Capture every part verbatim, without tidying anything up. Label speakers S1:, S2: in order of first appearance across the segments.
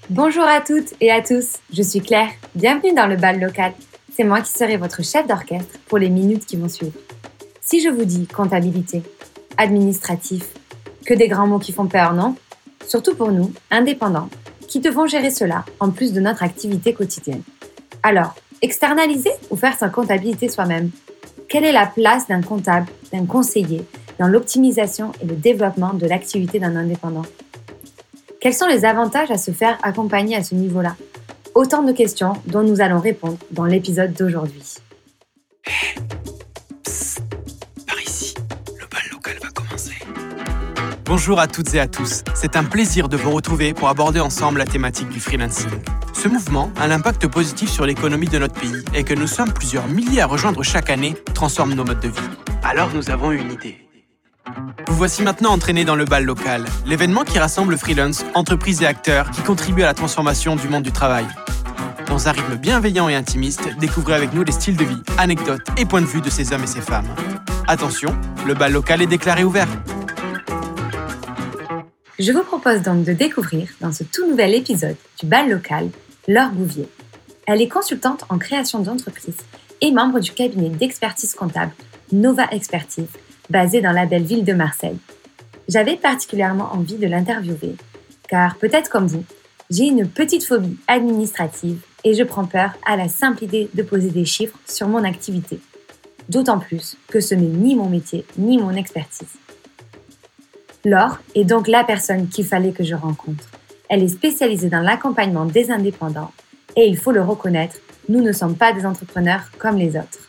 S1: Bonjour à toutes et à tous, je suis Claire, bienvenue dans le bal local. C'est moi qui serai votre chef d'orchestre pour les minutes qui vont suivre. Si je vous dis comptabilité, administratif, que des grands mots qui font peur, non ? Surtout pour nous, indépendants, qui devons gérer cela en plus de notre activité quotidienne. Alors, externaliser ou faire sa comptabilité soi-même ? Quelle est la place d'un comptable, d'un conseiller, dans l'optimisation et le développement de l'activité d'un indépendant ? Quels sont les avantages à se faire accompagner à ce niveau-là ? Autant de questions dont nous allons répondre dans l'épisode d'aujourd'hui.
S2: Hey, psst, par ici, le bal local va commencer. Bonjour à toutes et à tous, c'est un plaisir de vous retrouver pour aborder ensemble la thématique du freelancing. Ce mouvement a un impact positif sur l'économie de notre pays et que nous sommes plusieurs milliers à rejoindre chaque année transforme nos modes de vie. Alors nous avons une idée. Vous voici maintenant entraînés dans le bal local, l'événement qui rassemble freelance, entreprises et acteurs qui contribuent à la transformation du monde du travail. Dans un rythme bienveillant et intimiste, découvrez avec nous les styles de vie, anecdotes et points de vue de ces hommes et ces femmes. Attention, le bal local est déclaré ouvert.
S1: Je vous propose donc de découvrir dans ce tout nouvel épisode du bal local, Laure Bouvier. Elle est consultante en création d'entreprise et membre du cabinet d'expertise comptable Nova Expertise, basé dans la belle ville de Marseille. J'avais particulièrement envie de l'interviewer, car peut-être comme vous, j'ai une petite phobie administrative et je prends peur à la simple idée de poser des chiffres sur mon activité. D'autant plus que ce n'est ni mon métier, ni mon expertise. Laure est donc la personne qu'il fallait que je rencontre. Elle est spécialisée dans l'accompagnement des indépendants et il faut le reconnaître, nous ne sommes pas des entrepreneurs comme les autres.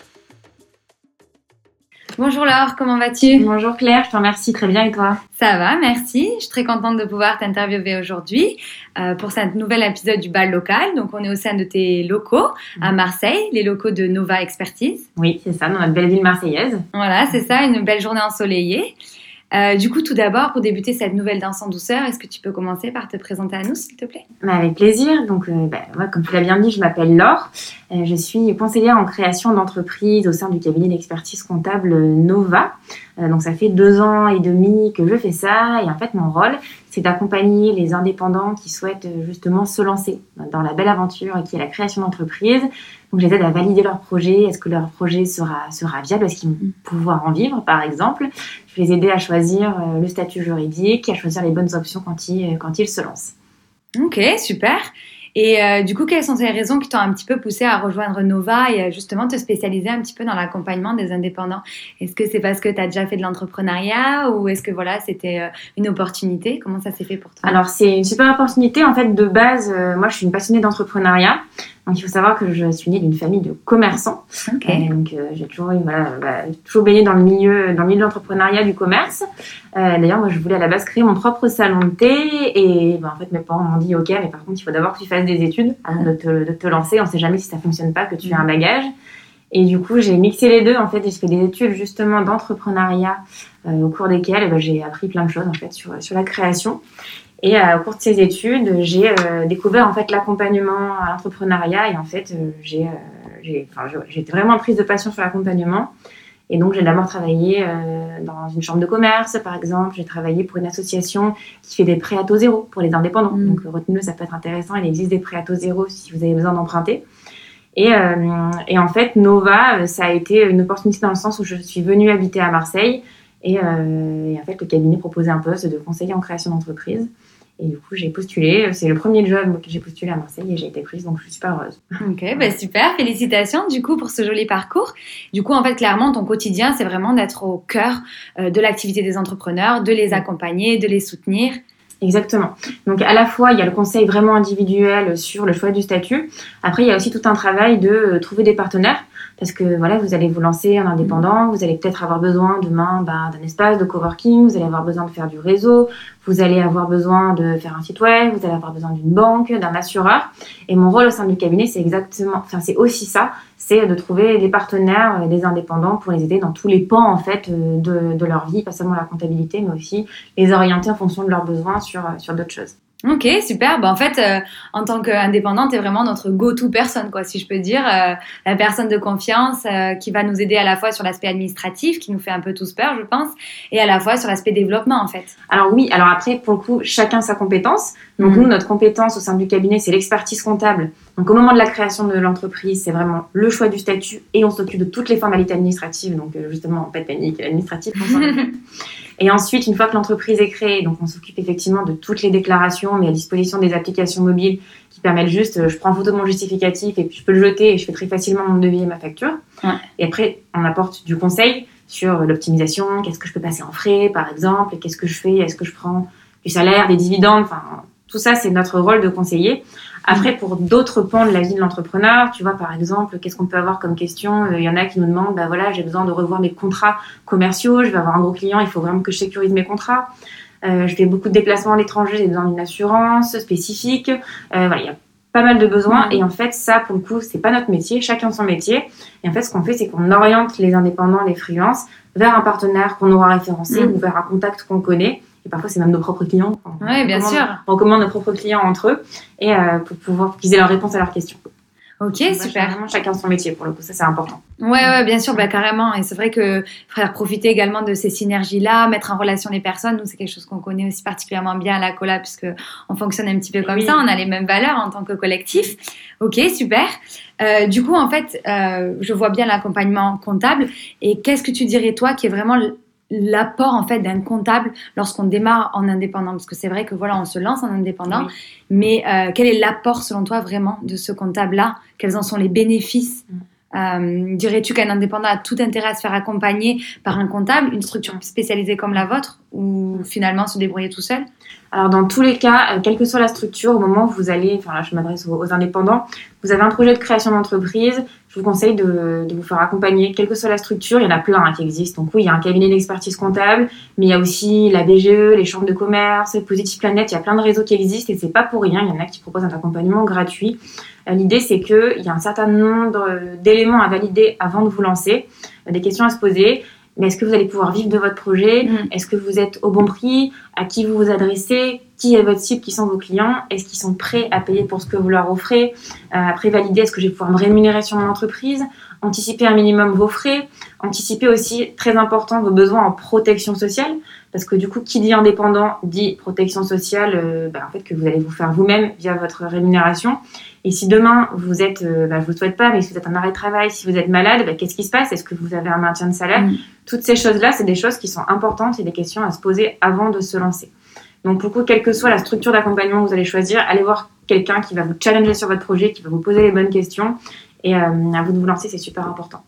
S1: Bonjour Laure, comment vas-tu ?
S3: Bonjour Claire, je te remercie, très bien et toi ?
S1: Ça va, merci. Je suis très contente de pouvoir t'interviewer aujourd'hui euh, pour cet nouvel épisode du bal local. Donc on est au sein de tes locaux à Marseille, les locaux de Nova Expertise.
S3: Oui, c'est ça, dans notre belle ville marseillaise.
S1: Voilà, c'est ça, une belle journée ensoleillée. Euh, du coup, tout d'abord, pour débuter cette nouvelle danse en douceur, est-ce que tu peux commencer par te présenter à nous, s'il te plaît ?
S3: Bah, avec plaisir. Donc, euh, bah, ouais, comme tu l'as bien dit, je m'appelle Laure. Euh, je suis conseillère en création d'entreprise au sein du cabinet d'expertise comptable Nova. Euh, donc, ça fait deux ans et demi que je fais ça. Et en fait, mon rôle, c'est d'accompagner les indépendants qui souhaitent justement se lancer dans la belle aventure qui est la création d'entreprise. Donc, je les aide à valider leur projet. Est-ce que leur projet sera, sera viable ? Est-ce qu'ils vont pouvoir en vivre, par exemple ? Je vais les aider à choisir le statut juridique, à choisir les bonnes options quand ils, quand ils se lancent.
S1: Ok, super. Et euh, du coup, quelles sont ces raisons qui t'ont un petit peu poussé à rejoindre Nova et à justement te spécialiser un petit peu dans l'accompagnement des indépendants ? Est-ce que c'est parce que tu as déjà fait de l'entrepreneuriat ou est-ce que voilà, c'était euh, une opportunité ? Comment ça s'est fait pour toi ?
S3: Alors, c'est une super opportunité. En fait, de base, euh, moi, je suis une passionnée d'entrepreneuriat. Donc, il faut savoir que je suis née d'une famille de commerçants.
S1: Okay.
S3: Euh, donc, euh, j'ai toujours, voilà, bah, toujours baigné dans le milieu, dans le milieu de l'entrepreneuriat, du commerce. Euh, d'ailleurs, moi, je voulais à la base créer mon propre salon de thé. Et bah, en fait, mes parents m'ont dit, OK, mais par contre, il faut d'abord que tu fasses des études avant de te, de te lancer. On ne sait jamais si ça ne fonctionne pas, que tu as un bagage. Et du coup, j'ai mixé les deux. En fait, j'ai fait des études justement d'entrepreneuriat euh, au cours desquelles bah, j'ai appris plein de choses en fait sur, sur la création. Et euh, au cours de ces études, j'ai euh, découvert en fait l'accompagnement à l'entrepreneuriat et en fait, euh, j'ai, euh, j'ai, enfin, j'ai été vraiment prise de passion sur l'accompagnement. Et donc, j'ai d'abord travaillé euh, dans une chambre de commerce, par exemple. J'ai travaillé pour une association qui fait des prêts à taux zéro pour les indépendants. Mmh. Donc, retenez-le, ça peut être intéressant. Il existe des prêts à taux zéro si vous avez besoin d'emprunter. Et, euh, et en fait, Nova, ça a été une opportunité dans le sens où je suis venue habiter à Marseille. Et, euh, et en fait, le cabinet proposait un poste de conseiller en création d'entreprise. Et du coup, j'ai postulé. C'est le premier job que j'ai postulé à Marseille et j'ai été prise, donc je suis super heureuse.
S1: Ok, bah super. Félicitations du coup pour ce joli parcours. Du coup, en fait, clairement, ton quotidien, c'est vraiment d'être au cœur euh, de l'activité des entrepreneurs, de les accompagner, de les soutenir.
S3: Exactement. Donc, à la fois, il y a le conseil vraiment individuel sur le choix du statut. Après, il y a aussi tout un travail de euh, trouver des partenaires. Parce que voilà, vous allez vous lancer en indépendant, vous allez peut-être avoir besoin demain bah, d'un espace de coworking, vous allez avoir besoin de faire du réseau, vous allez avoir besoin de faire un site web, vous allez avoir besoin d'une banque, d'un assureur. Et mon rôle au sein du cabinet, c'est exactement, enfin c'est aussi ça, c'est de trouver des partenaires, des indépendants pour les aider dans tous les pans en fait de, de leur vie, pas seulement la comptabilité, mais aussi les orienter en fonction de leurs besoins sur, sur d'autres choses.
S1: Ok, super. Bah, en fait, euh, en tant qu'indépendante, t'es vraiment notre go-to personne, quoi, si je peux dire. Euh, la personne de confiance euh, qui va nous aider à la fois sur l'aspect administratif, qui nous fait un peu tous peur, je pense, et à la fois sur l'aspect développement, en fait.
S3: Alors oui, alors après, pour le coup, chacun sa compétence. Donc mmh. nous, notre compétence au sein du cabinet, c'est l'expertise comptable. Donc au moment de la création de l'entreprise, c'est vraiment le choix du statut et on s'occupe de toutes les formalités administratives. Donc euh, justement, pas de panique, l'administratif, on s'en occupe. Et ensuite, une fois que l'entreprise est créée, donc on s'occupe effectivement de toutes les déclarations, mais à disposition des applications mobiles qui permettent juste, je prends photo de mon justificatif et puis je peux le jeter et je fais très facilement mon devis et ma facture. Ouais. Et après, on apporte du conseil sur l'optimisation, qu'est-ce que je peux passer en frais, par exemple, et qu'est-ce que je fais, est-ce que je prends du salaire, des dividendes, enfin, tout ça, c'est notre rôle de conseiller. Après, pour d'autres pans de la vie de l'entrepreneur, tu vois, par exemple, qu'est-ce qu'on peut avoir comme question ? Il y en a qui nous demandent, bah voilà, j'ai besoin de revoir mes contrats commerciaux, je vais avoir un gros client, il faut vraiment que je sécurise mes contrats. Euh, je fais beaucoup de déplacements à l'étranger, j'ai besoin d'une assurance spécifique. Euh, voilà, il y a pas mal de besoins. Mmh. Et en fait, ça, pour le coup, c'est pas notre métier, chacun son métier. Et en fait, ce qu'on fait, c'est qu'on oriente les indépendants, les freelances, vers un partenaire qu'on aura référencé mmh. ou vers un contact qu'on connaît. Et parfois, c'est même nos propres clients.
S1: On oui, bien sûr.
S3: On recommande nos propres clients entre eux et euh, pour pouvoir qu'ils aient leur réponse à leurs questions.
S1: Ok,
S3: donc,
S1: super.
S3: Vraiment, chacun son métier, pour le coup, ça, c'est important.
S1: Ouais, ouais, bien sûr, bah, carrément. Et c'est vrai que faire profiter également de ces synergies-là, mettre en relation les personnes, nous, c'est quelque chose qu'on connaît aussi particulièrement bien à la Cola, puisqu'on fonctionne un petit peu comme oui. ça, on a les mêmes valeurs en tant que collectif. Ok, super. Euh, du coup, en fait, euh, je vois bien l'accompagnement comptable. Et qu'est-ce que tu dirais, toi, qui est vraiment l'apport en fait d'un comptable lorsqu'on démarre en indépendant, parce que c'est vrai que voilà, on se lance en indépendant, oui. mais euh, quel est l'apport selon toi vraiment de ce comptable-là ? Quels en sont les bénéfices ? mm. euh, Dirais-tu qu'un indépendant a tout intérêt à se faire accompagner par un comptable, une structure spécialisée comme la vôtre, ou finalement se débrouiller tout seul ?
S3: Alors dans tous les cas, euh, quelle que soit la structure, au moment où vous allez, enfin là je m'adresse aux, aux indépendants, vous avez un projet de création d'entreprise, je vous conseille de, de vous faire accompagner, quelle que soit la structure, il y en a plein hein, qui existent. Donc oui, il y a un cabinet d'expertise comptable, mais il y a aussi la B G E, les chambres de commerce, Positive Planet, il y a plein de réseaux qui existent et c'est pas pour rien, il y en a qui proposent un accompagnement gratuit. Euh, l'idée c'est qu'il y a un certain nombre d'éléments à valider avant de vous lancer, euh, des questions à se poser. Mais est-ce que vous allez pouvoir vivre de votre projet ? mmh. Est-ce que vous êtes au bon prix ? À qui vous vous adressez ? Qui est votre cible ? Qui sont vos clients ? Est-ce qu'ils sont prêts à payer pour ce que vous leur offrez ? euh, Après, valider, est-ce que je vais pouvoir me rémunérer sur mon entreprise ? Anticiper un minimum vos frais. Anticiper aussi, très important, vos besoins en protection sociale. Parce que du coup, qui dit indépendant dit protection sociale, euh, bah, en fait, que vous allez vous faire vous-même via votre rémunération. Et si demain, vous êtes, euh, bah, je vous souhaite pas, mais si vous êtes en arrêt de travail, si vous êtes malade, bah, qu'est-ce qui se passe ? Est-ce que vous avez un maintien de salaire ? mmh. Toutes ces choses-là, c'est des choses qui sont importantes et des questions à se poser avant de se lancer. Donc, pour le coup, quelle que soit la structure d'accompagnement que vous allez choisir, allez voir quelqu'un qui va vous challenger sur votre projet, qui va vous poser les bonnes questions. Et euh, à vous de vous lancer, c'est super important.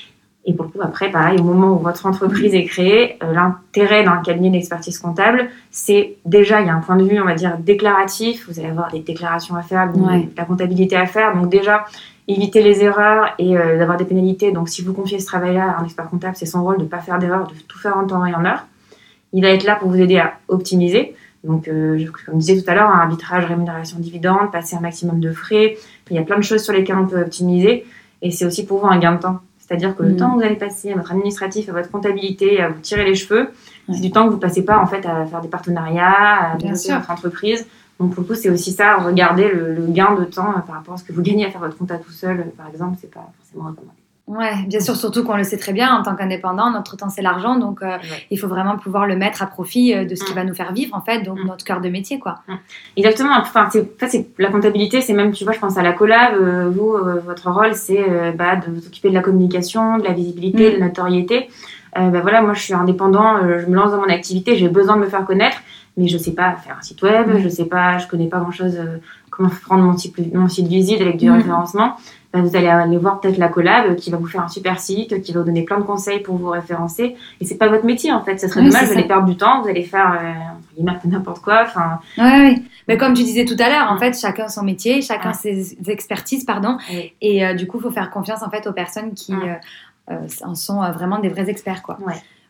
S3: Et pour le coup, après, pareil, au moment où votre entreprise est créée, euh, l'intérêt d'un cabinet d'expertise comptable, c'est déjà, il y a un point de vue, on va dire, déclaratif. Vous allez avoir des déclarations à faire, ouais. de la comptabilité à faire. Donc déjà, éviter les erreurs et euh, d'avoir des pénalités. Donc si vous confiez ce travail-là à un expert comptable, c'est son rôle de ne pas faire d'erreurs, de tout faire en temps et en heure. Il va être là pour vous aider à optimiser. Donc, euh, comme je disais tout à l'heure, un arbitrage, rémunération, dividende, passer un maximum de frais. Il y a plein de choses sur lesquelles on peut optimiser. Et c'est aussi pour vous un gain de temps. C'est-à-dire que mmh. le temps que vous allez passer à votre administratif, à votre comptabilité, à vous tirer les cheveux, ouais. c'est du temps que vous ne passez pas en fait, à faire des partenariats, à développer votre entreprise. Donc, pour le coup, c'est aussi ça, regardez le, le gain de temps euh, par rapport à ce que vous gagnez à faire votre compta tout seul, euh, par exemple, c'est pas forcément recommandé.
S1: Ouais, bien sûr, surtout qu'on le sait très bien, en tant qu'indépendant, notre temps c'est l'argent, donc euh, ouais. il faut vraiment pouvoir le mettre à profit euh, de ce mmh. qui va nous faire vivre en fait, donc mmh. notre cœur de métier quoi. Mmh.
S3: Exactement, enfin, c'est, en fait, c'est, la comptabilité c'est même, tu vois, je pense à la collab, euh, vous, euh, votre rôle c'est euh, bah, de vous occuper de la communication, de la visibilité, mmh. de la notoriété. Euh, bah, voilà, moi je suis indépendant, euh, je me lance dans mon activité, j'ai besoin de me faire connaître, mais je sais pas faire un site web, mmh. je sais pas, je connais pas grand chose, euh, comment prendre mon site, mon site visite avec du mmh. référencement. Ben, vous allez aller voir peut-être la collab qui va vous faire un super site, qui va vous donner plein de conseils pour vous référencer. Et c'est pas votre métier en fait. Ça serait oui, dommage, vous allez perdre du temps, vous allez faire euh, n'importe quoi. Enfin.
S1: Oui, oui. Mais comme tu disais tout à l'heure, en fait, chacun son métier, chacun ouais. ses expertises, pardon. Oui. Et euh, du coup, il faut faire confiance en fait aux personnes qui ouais. euh, euh, en sont euh, vraiment des vrais experts, quoi.
S3: Ouais.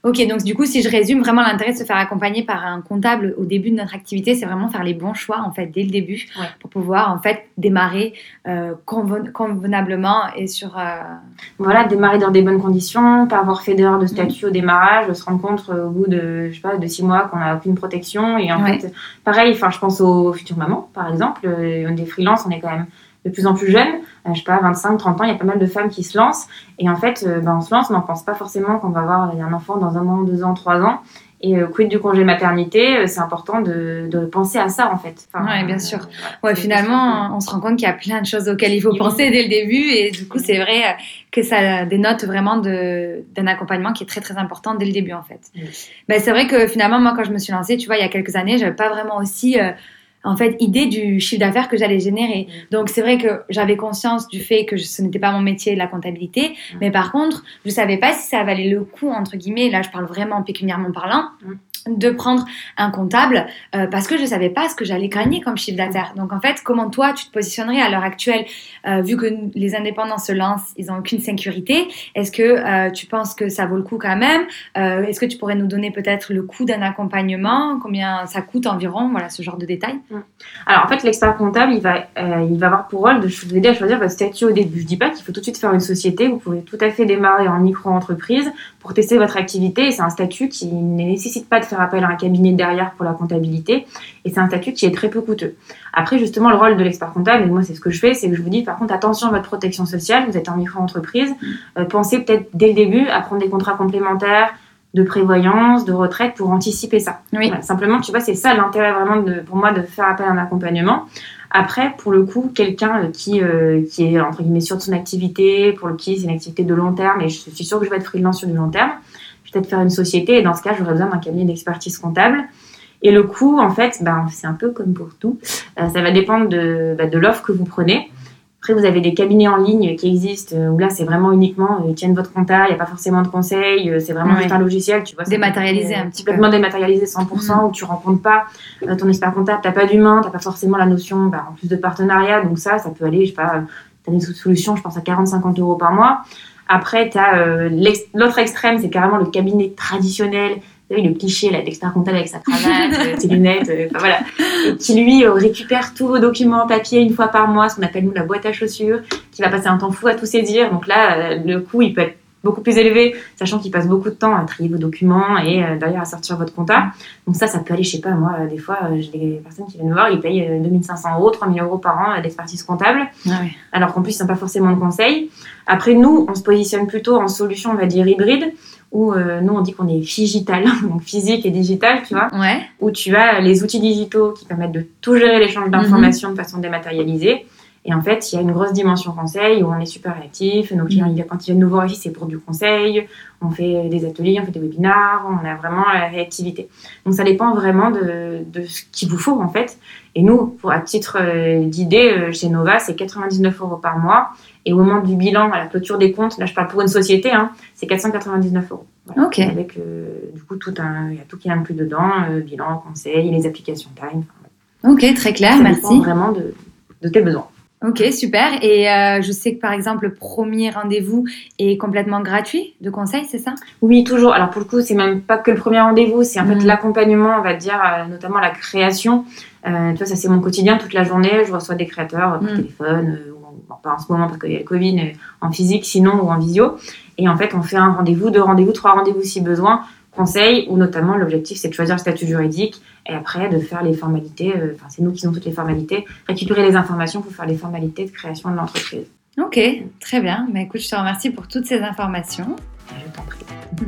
S1: Ok, donc du coup, si je résume, vraiment l'intérêt de se faire accompagner par un comptable au début de notre activité, c'est vraiment faire les bons choix en fait dès le début
S3: ouais.
S1: pour pouvoir en fait démarrer euh, conven- convenablement et sur. Euh...
S3: Voilà, démarrer dans des bonnes conditions, pas avoir fait d'erreur de statut mmh. au démarrage, se rendre compte euh, au bout de je sais pas de six mois qu'on n'a aucune protection et en ouais. fait, pareil, enfin je pense aux futures mamans par exemple, euh, des freelances, on est quand même de plus en plus jeunes, euh, je sais pas, vingt-cinq, trente ans, il y a pas mal de femmes qui se lancent. Et en fait, euh, ben, on se lance, on n'en pense pas forcément qu'on va avoir un enfant dans un an, deux ans, trois ans. Et euh, quid du congé maternité, euh, c'est important de, de penser à ça, en fait.
S1: Enfin, oui, bien sûr. Euh, ouais, finalement, on se rend compte qu'il y a plein de choses auxquelles il faut oui. penser dès le début. Et du coup, oui. c'est vrai que ça dénote vraiment de, d'un accompagnement qui est très, très important dès le début, en fait. Oui. Ben, c'est vrai que finalement, moi, quand je me suis lancée, tu vois, il y a quelques années, j'avais pas vraiment aussi... Euh, en fait, idée du chiffre d'affaires que j'allais générer. Donc, c'est vrai que j'avais conscience du fait que ce n'était pas mon métier, la comptabilité. Mmh. Mais par contre, je savais pas si ça valait le coup, entre guillemets, là, je parle vraiment pécuniairement parlant, mmh. de prendre un comptable euh, parce que je savais pas ce que j'allais gagner comme chiffre d'affaires. Donc, en fait, comment toi, tu te positionnerais à l'heure actuelle, euh, vu que les indépendants se lancent, ils ont aucune sécurité. Est-ce que euh, tu penses que ça vaut le coup quand même? euh, Est-ce que tu pourrais nous donner peut-être le coût d'un accompagnement? Combien ça coûte environ? Voilà, ce genre de détails.
S3: Alors, en fait, l'expert comptable, il va, euh, il va avoir pour rôle de vous aider à choisir votre statut au début. Je dis pas qu'il faut tout de suite faire une société. Vous pouvez tout à fait démarrer en micro-entreprise pour tester votre activité. Et c'est un statut qui ne nécessite pas de faire appel à un cabinet derrière pour la comptabilité. Et c'est un statut qui est très peu coûteux. Après, justement, le rôle de l'expert comptable, et moi, c'est ce que je fais, c'est que je vous dis, par contre, attention à votre protection sociale. Vous êtes en micro-entreprise. Euh, pensez peut-être dès le début à prendre des contrats complémentaires de prévoyance, de retraite pour anticiper ça.
S1: Oui.
S3: Voilà, simplement, tu vois, c'est ça l'intérêt vraiment de, pour moi de faire appel à un accompagnement. Après, pour le coup, quelqu'un qui, euh, qui est entre guillemets sûr de son activité, pour le qui c'est une activité de long terme, et je suis sûre que je vais être freelance sur du long terme, je vais peut-être faire une société, et dans ce cas, j'aurais besoin d'un cabinet d'expertise comptable. Et le coût, en fait, ben, c'est un peu comme pour tout. Euh, ça va dépendre de, ben, de l'offre que vous prenez. Après, vous avez des cabinets en ligne qui existent où là, c'est vraiment uniquement, ils tiennent votre compta, il n'y a pas forcément de conseils, c'est vraiment
S1: oui.
S3: juste un logiciel, tu vois.
S1: Dématérialisé un petit peu.
S3: Complètement dématérialisé cent pour cent, mmh. où tu ne rencontres pas euh, ton expert comptable, tu n'as pas d'humain, tu n'as pas forcément la notion, bah, en plus de partenariat, donc ça, ça peut aller, je sais pas, tu as des solutions, je pense à quarante à cinquante euros par mois. Après, tu as euh, l'autre extrême, c'est carrément le cabinet traditionnel. Vous savez, le cliché là, l'expert comptable avec sa cravate, ses lunettes, euh, enfin, voilà, et qui lui euh, récupère tous vos documents en papier une fois par mois, ce qu'on appelle nous la boîte à chaussures, qui va passer un temps fou à tout saisir. Donc là, euh, le coût il peut être beaucoup plus élevé, sachant qu'il passe beaucoup de temps à trier vos documents et euh, d'ailleurs à sortir votre compta. Donc ça, ça peut aller, je sais pas, moi, euh, des fois, euh, j'ai des personnes qui viennent me voir, ils payent euh, deux mille cinq cents euros, trois mille euros par an euh, d'expertise comptable,
S1: ah oui.
S3: alors qu'en plus, ils n'ont pas forcément de conseils. Après, nous, on se positionne plutôt en solution, on va dire, hybride, où euh, nous, on dit qu'on est figital, donc physique et digital, tu vois,
S1: ouais.
S3: où tu as les outils digitaux qui permettent de tout gérer l'échange d'informations mm-hmm. de façon dématérialisée. Et en fait, il y a une grosse dimension conseil où on est super réactif. Nos clients, mmh. quand ils viennent nous voir ici, c'est pour du conseil. On fait des ateliers, on fait des webinars. On a vraiment la réactivité. Donc, ça dépend vraiment de, de ce qu'il vous faut, en fait. Et nous, pour, à titre euh, d'idée, euh, chez Nova, c'est quatre-vingt-dix-neuf euros par mois. Et au moment du bilan, à la clôture des comptes, là, je parle pour une société, hein, c'est quatre cent quatre-vingt-dix-neuf euros. Voilà.
S1: OK.
S3: Avec, euh, du coup, tout un, il y a tout qui est inclus dedans, euh, bilan, conseil, les applications Time.
S1: Voilà. OK, très clair,
S3: ça
S1: merci.
S3: Ça dépend vraiment de, de tes besoins.
S1: Ok, super. Et euh, je sais que par exemple, le premier rendez-vous est complètement gratuit de conseil, c'est ça?
S3: Oui, toujours. Alors pour le coup, c'est même pas que le premier rendez-vous, c'est en fait
S1: mmh.
S3: l'accompagnement, on va dire, euh, notamment la création. Euh, tu vois, ça c'est mon quotidien toute la journée. Je reçois des créateurs euh, par mmh. téléphone, euh, ou, bon, pas en ce moment parce qu'il y a le Covid, euh, en physique sinon ou en visio. Et en fait, on fait un rendez-vous, deux rendez-vous, trois rendez-vous si besoin. Conseil, où notamment l'objectif c'est de choisir le statut juridique et après de faire les formalités, euh, enfin c'est nous qui avons toutes les formalités, récupérer les informations pour faire les formalités de création de l'entreprise.
S1: Ok, très bien. Bah, écoute, je te remercie pour toutes ces informations.
S3: Je t'en prie.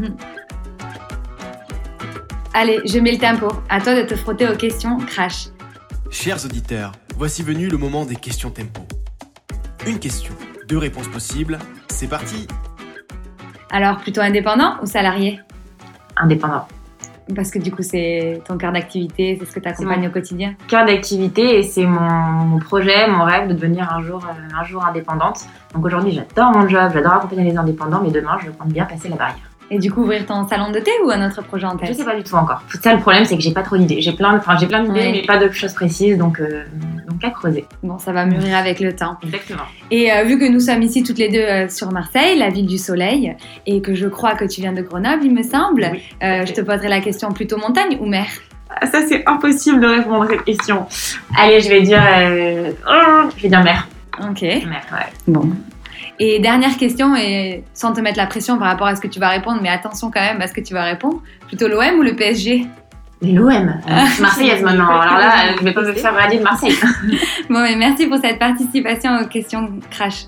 S1: Allez, je mets le tempo. À toi de te frotter aux questions crash.
S2: Chers auditeurs, voici venu le moment des questions tempo. Une question, deux réponses possibles, c'est parti.
S1: Alors, plutôt indépendant ou salarié?
S3: Indépendant.
S1: Parce que du coup, c'est ton cœur d'activité, c'est ce que tu accompagnes au quotidien?
S3: Cœur d'activité et c'est mon, mon projet, mon rêve de devenir un jour, euh, un jour indépendante. Donc aujourd'hui, j'adore mon job, j'adore accompagner les indépendants, mais demain, je compte bien passer la barrière.
S1: Et du coup, ouvrir ton salon de thé ou un autre projet en tête?
S3: Je sais pas du tout encore. Ça, le problème, c'est que j'ai pas trop d'idées. J'ai plein, enfin, j'ai plein d'idées, ouais. mais pas de choses précises. Donc, euh, donc donc à creuser.
S1: Bon, ça va mûrir avec le temps.
S3: Exactement.
S1: Et euh, vu que nous sommes ici toutes les deux euh, sur Marseille, la ville du soleil, et que je crois que tu viens de Grenoble, il me semble,
S3: Oui,
S1: euh,
S3: okay.
S1: Je te poserai la question plutôt montagne ou mer?
S3: Ça, c'est impossible de répondre à cette question. Allez, je vais dire, euh... oh, je vais dire mer.
S1: Ok.
S3: Mer, ouais.
S1: Bon. Et dernière question, et sans te mettre la pression par rapport à ce que tu vas répondre, mais attention quand même à ce que tu vas répondre. Plutôt l'O M ou le P S G?
S3: L'O M. Ah. Marseillaise maintenant. Alors là, je vais pas me faire rallier de Marseille.
S1: Bon, mais merci pour cette participation aux questions crash.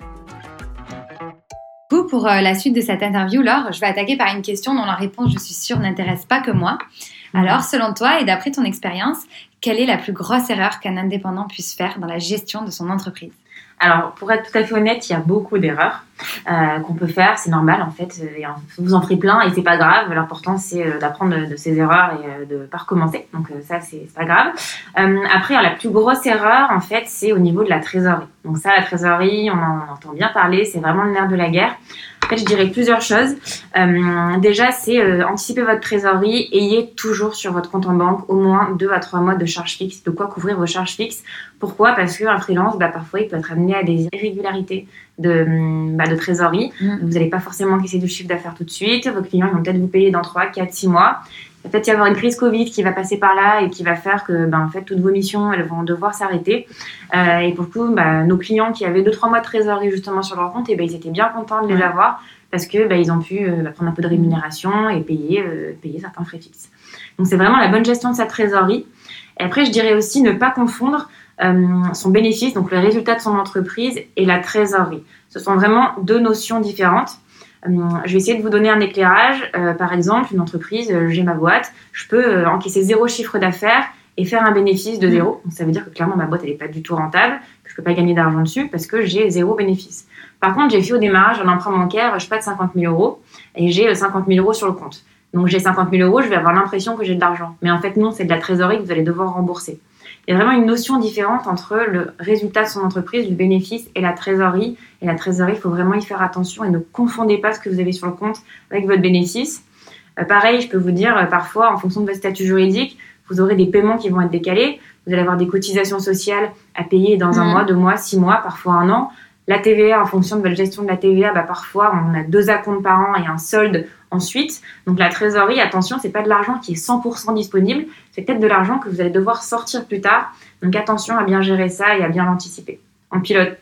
S1: Pour la suite de cette interview, Laure, je vais attaquer par une question dont la réponse, je suis sûre, n'intéresse pas que moi. Alors, selon toi et d'après ton expérience, quelle est la plus grosse erreur qu'un indépendant puisse faire dans la gestion de son entreprise?
S3: Alors, pour être tout à fait honnête, il y a beaucoup d'erreurs euh, qu'on peut faire. C'est normal, en fait. Et vous en ferez plein et c'est pas grave. L'important, c'est euh, d'apprendre de, de ces erreurs et euh, de pas recommencer. Donc, euh, ça, c'est, c'est pas grave. Euh, après, la plus grosse erreur, en fait, c'est au niveau de la trésorerie. Donc ça, la trésorerie, on en on entend bien parler. C'est vraiment le nerf de la guerre. En fait, je dirais plusieurs choses. Euh, déjà, c'est euh, anticiper votre trésorerie. Ayez toujours sur votre compte en banque au moins deux à trois mois de charges fixes, de quoi couvrir vos charges fixes. Pourquoi ? Parce qu'un freelance, bah, parfois, il peut être amené à des irrégularités de, bah, de trésorerie. Mmh. Vous n'allez pas forcément encaisser du chiffre d'affaires tout de suite. Vos clients ils vont peut-être vous payer dans trois, quatre, six mois. Il va peut-être y avoir une crise Covid qui va passer par là et qui va faire que bah, en fait, toutes vos missions elles vont devoir s'arrêter. Euh, et pour le coup, bah, nos clients qui avaient deux trois mois de trésorerie justement sur leur compte, et bah, ils étaient bien contents de les ouais. avoir parce que bah, ils ont pu euh, prendre un peu de rémunération et payer, euh, payer certains frais fixes. Donc c'est vraiment la bonne gestion de sa trésorerie. Et après, je dirais aussi ne pas confondre euh, son bénéfice, donc le résultat de son entreprise, et la trésorerie. Ce sont vraiment deux notions différentes. Euh, je vais essayer de vous donner un éclairage. Euh, par exemple, une entreprise, euh, j'ai ma boîte, je peux euh, encaisser zéro chiffre d'affaires et faire un bénéfice de zéro. Donc, ça veut dire que clairement, ma boîte, elle n'est pas du tout rentable, que je ne peux pas gagner d'argent dessus parce que j'ai zéro bénéfice. Par contre, j'ai fait au démarrage un emprunt bancaire, je sais pas, de cinquante mille euros et j'ai cinquante mille euros sur le compte. Donc, j'ai cinquante mille euros, je vais avoir l'impression que j'ai de l'argent. Mais en fait, non, c'est de la trésorerie que vous allez devoir rembourser. Il y a vraiment une notion différente entre le résultat de son entreprise, du bénéfice et la trésorerie. Et la trésorerie, il faut vraiment y faire attention et ne confondez pas ce que vous avez sur le compte avec votre bénéfice. Euh, pareil, je peux vous dire, euh, parfois, en fonction de votre statut juridique, vous aurez des paiements qui vont être décalés. Vous allez avoir des cotisations sociales à payer dans un mmh. mois, deux mois, six mois, parfois un an. La T V A, en fonction de votre gestion de la T V A, bah, parfois, on a deux acomptes par an et un solde ensuite. Donc, la trésorerie, attention, c'est pas de l'argent qui est cent pour cent disponible. C'est peut-être de l'argent que vous allez devoir sortir plus tard. Donc, attention à bien gérer ça et à bien l'anticiper. On pilote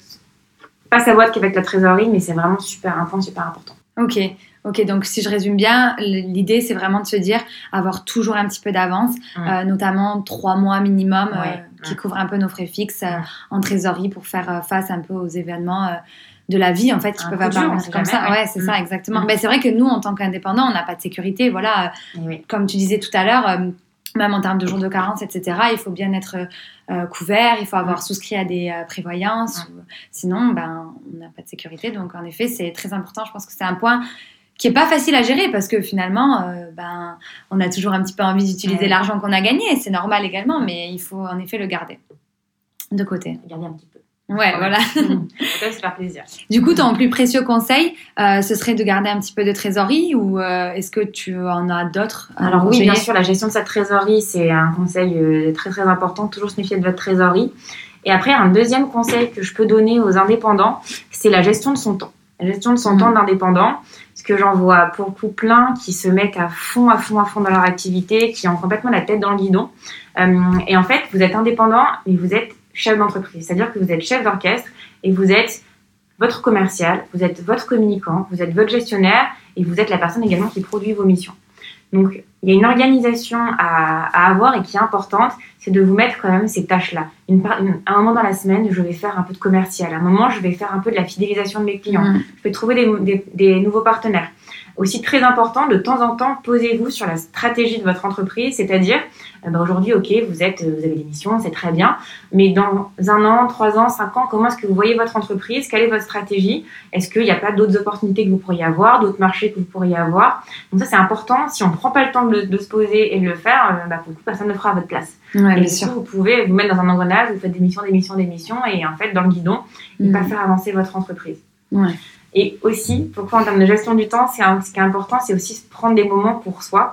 S3: pas sa boîte qu'avec la trésorerie, mais c'est vraiment super, un point super important.
S1: Ok, ok. Donc, si je résume bien, l'idée, c'est vraiment de se dire avoir toujours un petit peu d'avance, mmh. euh, notamment trois mois minimum, ouais, euh, mmh. qui couvrent un peu nos frais fixes euh, en trésorerie pour faire euh, face un peu aux événements euh, de la vie, en fait, qui un peuvent apparaître comme ça. Ouais, ouais c'est mmh. ça, exactement. Mmh. Ben, c'est vrai que nous, en tant qu'indépendants, on n'a pas de sécurité. Voilà, oui. Comme tu disais tout à l'heure, euh, même en termes de jours de carence, et cetera, il faut bien être euh, couvert, il faut avoir mmh. souscrit à des euh, prévoyances. Mmh. Ou, sinon, ben, on n'a pas de sécurité. Donc, en effet, c'est très important. Je pense que c'est un point qui n'est pas facile à gérer parce que finalement, euh, ben, on a toujours un petit peu envie d'utiliser mmh. l'argent qu'on a gagné. C'est normal également, mais il faut en effet le garder de côté.
S3: Garder un petit peu.
S1: Ouais, ouais, voilà.
S3: Mmh. Ça va se faire plaisir.
S1: Du coup, ton plus précieux conseil, euh, ce serait de garder un petit peu de trésorerie ou euh, est-ce que tu en as d'autres?
S3: Alors oui, bien sûr, la gestion de sa trésorerie, c'est un conseil euh, très très important. Toujours se méfier de votre trésorerie. Et après, un deuxième conseil que je peux donner aux indépendants, c'est la gestion de son temps. La gestion de son mmh. temps d'indépendant. Parce que j'en vois pour le coup plein qui se mettent à fond, à fond, à fond dans leur activité, qui ont complètement la tête dans le guidon. Euh, et en fait, vous êtes indépendant, mais vous êtes chef d'entreprise. C'est-à-dire que vous êtes chef d'orchestre et vous êtes votre commercial, vous êtes votre communicant, vous êtes votre gestionnaire et vous êtes la personne également qui produit vos missions. Donc, il y a une organisation à, à avoir et qui est importante, c'est de vous mettre quand même ces tâches-là. Une, une, à un moment dans la semaine, je vais faire un peu de commercial. À un moment, je vais faire un peu de la fidélisation de mes clients. Mmh. Je vais trouver des, des, des nouveaux partenaires. Aussi très important, de temps en temps, posez-vous sur la stratégie de votre entreprise, c'est-à-dire, euh, bah aujourd'hui, ok, vous êtes, vous avez des missions, c'est très bien, mais dans un an, trois ans, cinq ans, comment est-ce que vous voyez votre entreprise? Quelle est votre stratégie? Est-ce qu'il n'y a pas d'autres opportunités que vous pourriez avoir, d'autres marchés que vous pourriez avoir? Donc ça, c'est important. Si on ne prend pas le temps de, de se poser et de le faire, euh, bah, pour le coup, personne ne le fera à votre place.
S1: Ouais,
S3: et
S1: bien
S3: du
S1: sûr.
S3: coup, vous pouvez vous mettre dans un engrenage, vous faites des missions, des missions, des missions, et en fait, dans le guidon, et mmh. pas faire avancer votre entreprise.
S1: Ouais.
S3: Et aussi, pourquoi en termes de gestion du temps, c'est un, ce qui est important, c'est aussi se prendre des moments pour soi.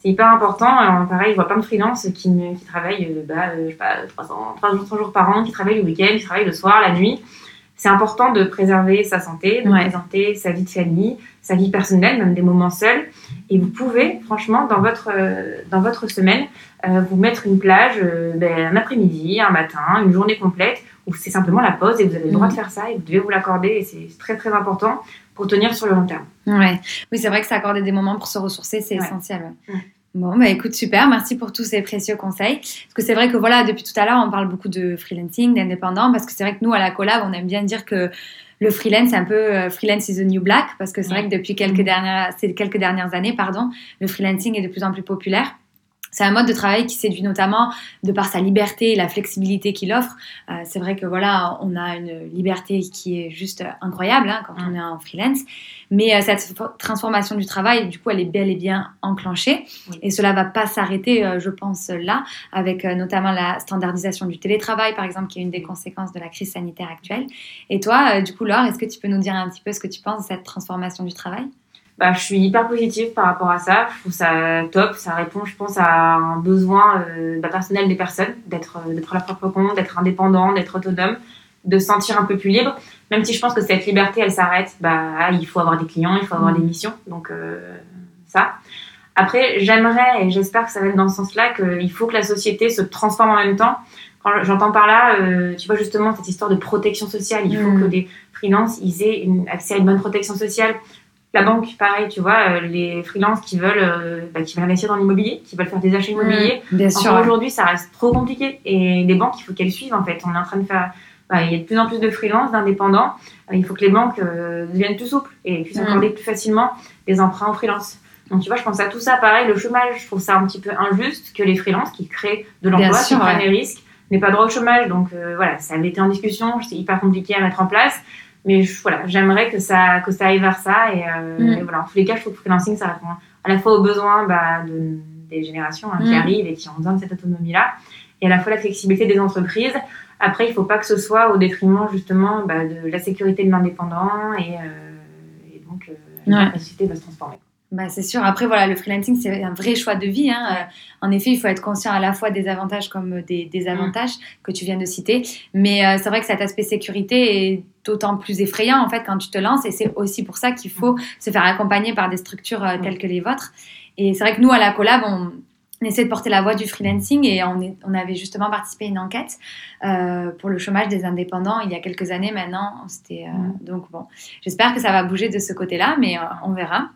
S3: c'est hyper important. Alors, pareil, je vois plein de freelances qui, me, qui travaillent euh, bah, euh, je sais pas, trois cents jours par an, qui travaillent le week-end, qui travaillent le soir, la nuit. C'est important de préserver sa santé, de
S1: ouais.
S3: préserver sa vie de famille, sa vie personnelle, même des moments seuls. Et vous pouvez, franchement, dans votre, euh, dans votre semaine, euh, vous mettre une plage euh, ben, un après-midi, un matin, une journée complète, où c'est simplement la pause et vous avez le droit mmh. de faire ça et vous devez vous l'accorder. Et c'est très, très important pour tenir sur le long terme.
S1: Ouais. Oui, c'est vrai que s'accorder des moments pour se ressourcer, c'est ouais. essentiel. Ouais. Ouais. Bon, bah écoute, super, merci pour tous ces précieux conseils. Parce que c'est vrai que voilà, depuis tout à l'heure, on parle beaucoup de freelancing, d'indépendant, parce que c'est vrai que nous, à la collab, on aime bien dire que le freelance, c'est un peu euh, freelance is the new black, parce que c'est ouais. vrai que depuis quelques dernières, ces quelques dernières années, pardon, le freelancing est de plus en plus populaire. C'est un mode de travail qui séduit notamment de par sa liberté et la flexibilité qu'il offre. Euh, c'est vrai que voilà, on a une liberté qui est juste incroyable hein, quand mmh. on est en freelance. Mais euh, cette transformation du travail, du coup, elle est bel et bien enclenchée. Oui. Et cela ne va pas s'arrêter, euh, je pense, là, avec euh, notamment la standardisation du télétravail, par exemple, qui est une des conséquences de la crise sanitaire actuelle. Et toi, euh, du coup, Laure, est-ce que tu peux nous dire un petit peu ce que tu penses de cette transformation du travail ?
S3: Bah, je suis hyper positive par rapport à ça. Je trouve ça top. Ça répond, je pense, à un besoin euh, bah, personnel des personnes, d'être, euh, d'être à leur propre compte, d'être indépendant, d'être autonome, de se sentir un peu plus libre. Même si je pense que cette liberté, elle s'arrête, bah, il faut avoir des clients, il faut avoir mmh. des missions. Donc, euh, ça. Après, j'aimerais et j'espère que ça va être dans ce sens-là qu'il faut que la société se transforme en même temps. Quand j'entends par là, euh, tu vois justement cette histoire de protection sociale. Il faut mmh. que les freelances ils aient une, accès à une bonne protection sociale. La banque, pareil, tu vois, euh, les freelances qui veulent, euh, bah, qui veulent investir dans l'immobilier, qui veulent faire des achats immobiliers.
S1: Mmh, bien sûr.
S3: Encore aujourd'hui, ça reste trop compliqué. Et les banques, il faut qu'elles suivent, en fait. On est en train de faire... Bah, il y a de plus en plus de freelances, d'indépendants. Euh, il faut que les banques euh, deviennent plus souples et puissent mmh. accorder plus facilement les emprunts aux freelances. Donc, tu vois, je pense à tout ça. Pareil, le chômage, je trouve ça un petit peu injuste que les freelances qui créent de l'emploi, qui prennent des risques, n'aient pas droit au chômage. Donc, euh, voilà, ça avait été en discussion. C'est hyper compliqué à mettre en place. Mais je, voilà, j'aimerais que ça, que ça aille vers ça. Et, euh, mmh. et voilà, en tous les cas, je trouve que le freelancing, ça répond à la fois aux besoins bah, de, des générations hein, mmh. qui arrivent et qui ont besoin de cette autonomie-là, et à la fois la flexibilité des entreprises. Après, il ne faut pas que ce soit au détriment justement bah, de la sécurité de l'indépendant. Et, euh, et donc, euh, ouais. la société va se transformer.
S1: Bah, c'est sûr. Après, voilà, le freelancing, c'est un vrai choix de vie. Hein. Euh, en effet, il faut être conscient à la fois des avantages comme des désavantages mmh. que tu viens de citer. Mais euh, c'est vrai que cet aspect sécurité est d'autant plus effrayant en fait quand tu te lances. Et c'est aussi pour ça qu'il faut mmh. se faire accompagner par des structures euh, telles que les vôtres. Et c'est vrai que nous, à la collab, on, on essaie de porter la voix du freelancing. Et on, est, on avait justement participé à une enquête euh, pour le chômage des indépendants il y a quelques années maintenant. C'était, euh, mmh. Donc bon, j'espère que ça va bouger de ce côté-là, mais euh, on verra.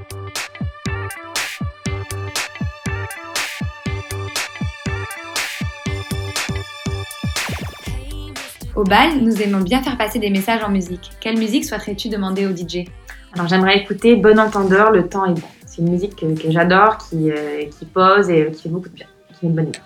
S1: Au bal, nous aimons bien faire passer des messages en musique. Quelle musique souhaiterais-tu demander au D J ?
S3: Alors j'aimerais écouter Bon Entendeur, Le Temps est bon. C'est une musique que, que j'adore, qui, euh, qui pose et qui fait beaucoup de bien, qui met de bonne humeur.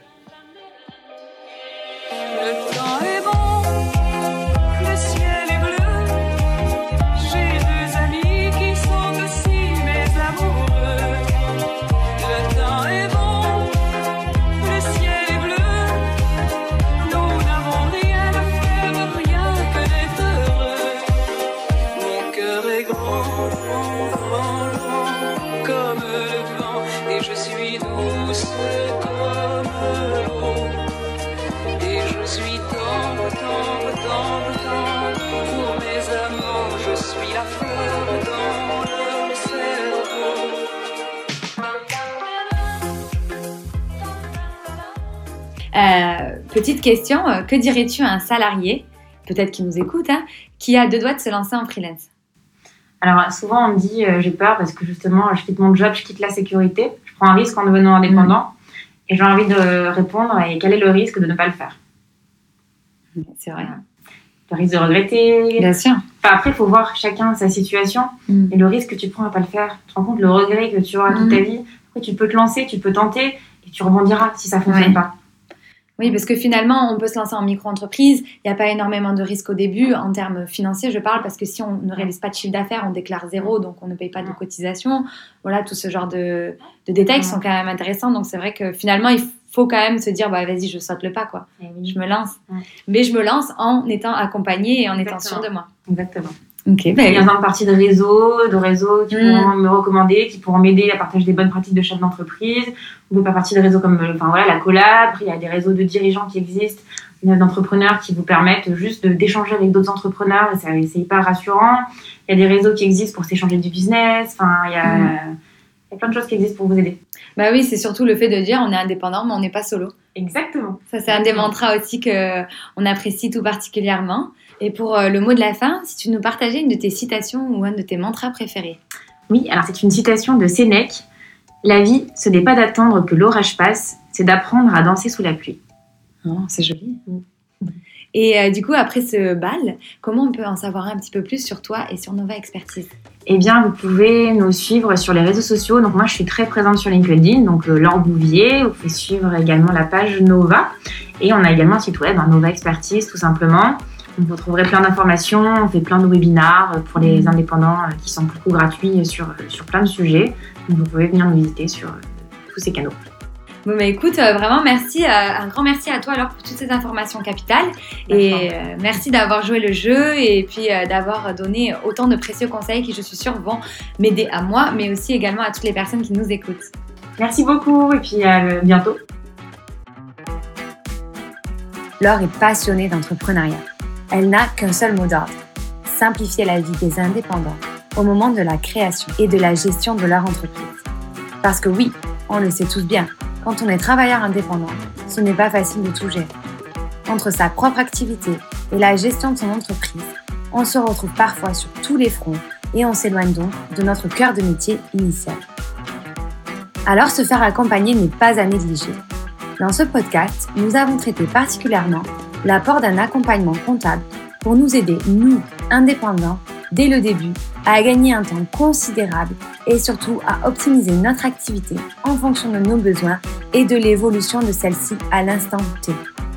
S1: Euh, petite question, que dirais-tu à un salarié, peut-être qui nous écoute, hein, qui a deux doigts de se lancer en freelance ?
S3: Alors souvent on me dit euh, j'ai peur parce que justement je quitte mon job, je quitte la sécurité, je prends un risque en devenant indépendant mmh. et j'ai envie de répondre et quel est le risque de ne pas le faire ?
S1: C'est vrai.
S3: Le risque de regretter.
S1: Bien sûr.
S3: Enfin, après il faut voir chacun sa situation mmh. et le risque que tu prends à ne pas le faire. Tu te rends compte le regret que tu auras mmh. toute ta vie. Après tu peux te lancer, tu peux tenter et tu rebondiras si ça ne fonctionne ouais. pas.
S1: Oui, parce que finalement, on peut se lancer en micro-entreprise. Il n'y a pas énormément de risques au début. En termes financiers, je parle, parce que si on ne réalise pas de chiffre d'affaires, on déclare zéro, donc on ne paye pas de cotisation. Voilà, tout ce genre de, de détails qui sont quand même intéressants. Donc, c'est vrai que finalement, il faut quand même se dire, bah, vas-y, je saute le pas, quoi. Je me lance. Mais je me lance en étant accompagnée et en
S3: Exactement.
S1: étant sûre de moi.
S3: Exactement.
S1: Ok,
S3: Il
S1: bah,
S3: y a besoin de parties de réseau, de réseaux qui
S1: Mm.
S3: pourront me recommander, qui pourront m'aider à partager des bonnes pratiques de chef d'entreprise. On peut faire partie de réseaux comme enfin, voilà, la collab. Après, il y a des réseaux de dirigeants qui existent, d'entrepreneurs qui vous permettent juste de, d'échanger avec d'autres entrepreneurs. Et c'est, c'est hyper rassurant. Il y a des réseaux qui existent pour s'échanger du business. Enfin, il y a,
S1: Mm.
S3: il y a plein de choses qui existent pour vous aider.
S1: bah oui, c'est surtout le fait de dire on est indépendant, mais on n'est pas solo.
S3: Exactement.
S1: Ça, c'est un des mantras aussi qu'on apprécie tout particulièrement. Et pour euh, le mot de la fin, si tu nous partageais une de tes citations ou un de tes mantras préférés.
S3: Oui, alors c'est une citation de Sénèque. La vie, ce n'est pas d'attendre que l'orage passe, c'est d'apprendre à danser sous la pluie.
S1: Oh, c'est joli.
S3: Mm.
S1: Et euh, du coup, après ce bal, comment on peut en savoir un petit peu plus sur toi et sur Nova Expertise?
S3: Eh bien, vous pouvez nous suivre sur les réseaux sociaux. Donc moi, je suis très présente sur LinkedIn, donc euh, Laure Bouvier. Vous pouvez suivre également la page Nova. Et on a également un site web, hein, Nova Expertise, tout simplement. Donc vous trouverez plein d'informations. On fait plein de webinars pour les indépendants euh, qui sont beaucoup gratuits sur, sur plein de sujets. Donc vous pouvez venir nous visiter sur euh, tous ces canaux.
S1: Bon, bah écoute, euh, vraiment merci, euh, un grand merci à toi alors pour toutes ces informations capitales. Et euh, merci d'avoir joué le jeu et puis euh, d'avoir donné autant de précieux conseils qui, je suis sûre, vont m'aider à moi, mais aussi également à toutes les personnes qui nous écoutent.
S3: Merci beaucoup et puis à euh, bientôt.
S1: Laure est passionnée d'entrepreneuriat. Elle n'a qu'un seul mot d'ordre, simplifier la vie des indépendants au moment de la création et de la gestion de leur entreprise. Parce que oui, on le sait tous bien, quand on est travailleur indépendant, ce n'est pas facile de tout gérer. Entre sa propre activité et la gestion de son entreprise, on se retrouve parfois sur tous les fronts et on s'éloigne donc de notre cœur de métier initial. Alors se faire accompagner n'est pas à négliger. Dans ce podcast, nous avons traité particulièrement l'apport d'un accompagnement comptable pour nous aider, nous, indépendants, dès le début, à gagner un temps considérable et surtout à optimiser notre activité en fonction de nos besoins et de l'évolution de celle-ci à l'instant T.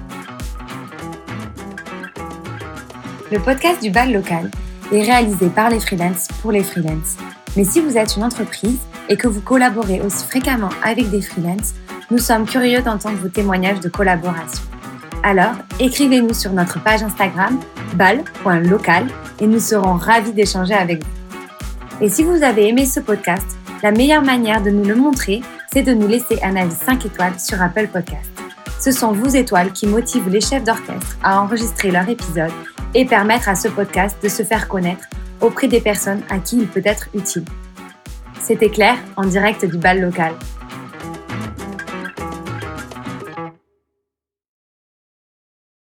S1: Le podcast du bal local est réalisé par les freelances pour les freelances. Mais si vous êtes une entreprise et que vous collaborez aussi fréquemment avec des freelances, nous sommes curieux d'entendre vos témoignages de collaboration. Alors, écrivez-nous sur notre page Instagram bal point local et nous serons ravis d'échanger avec vous. Et si vous avez aimé ce podcast, la meilleure manière de nous le montrer, c'est de nous laisser un avis cinq étoiles sur Apple Podcast. Ce sont vos étoiles qui motivent les chefs d'orchestre à enregistrer leur épisode et permettre à ce podcast de se faire connaître auprès des personnes à qui il peut être utile. C'était Claire, en direct du bal local.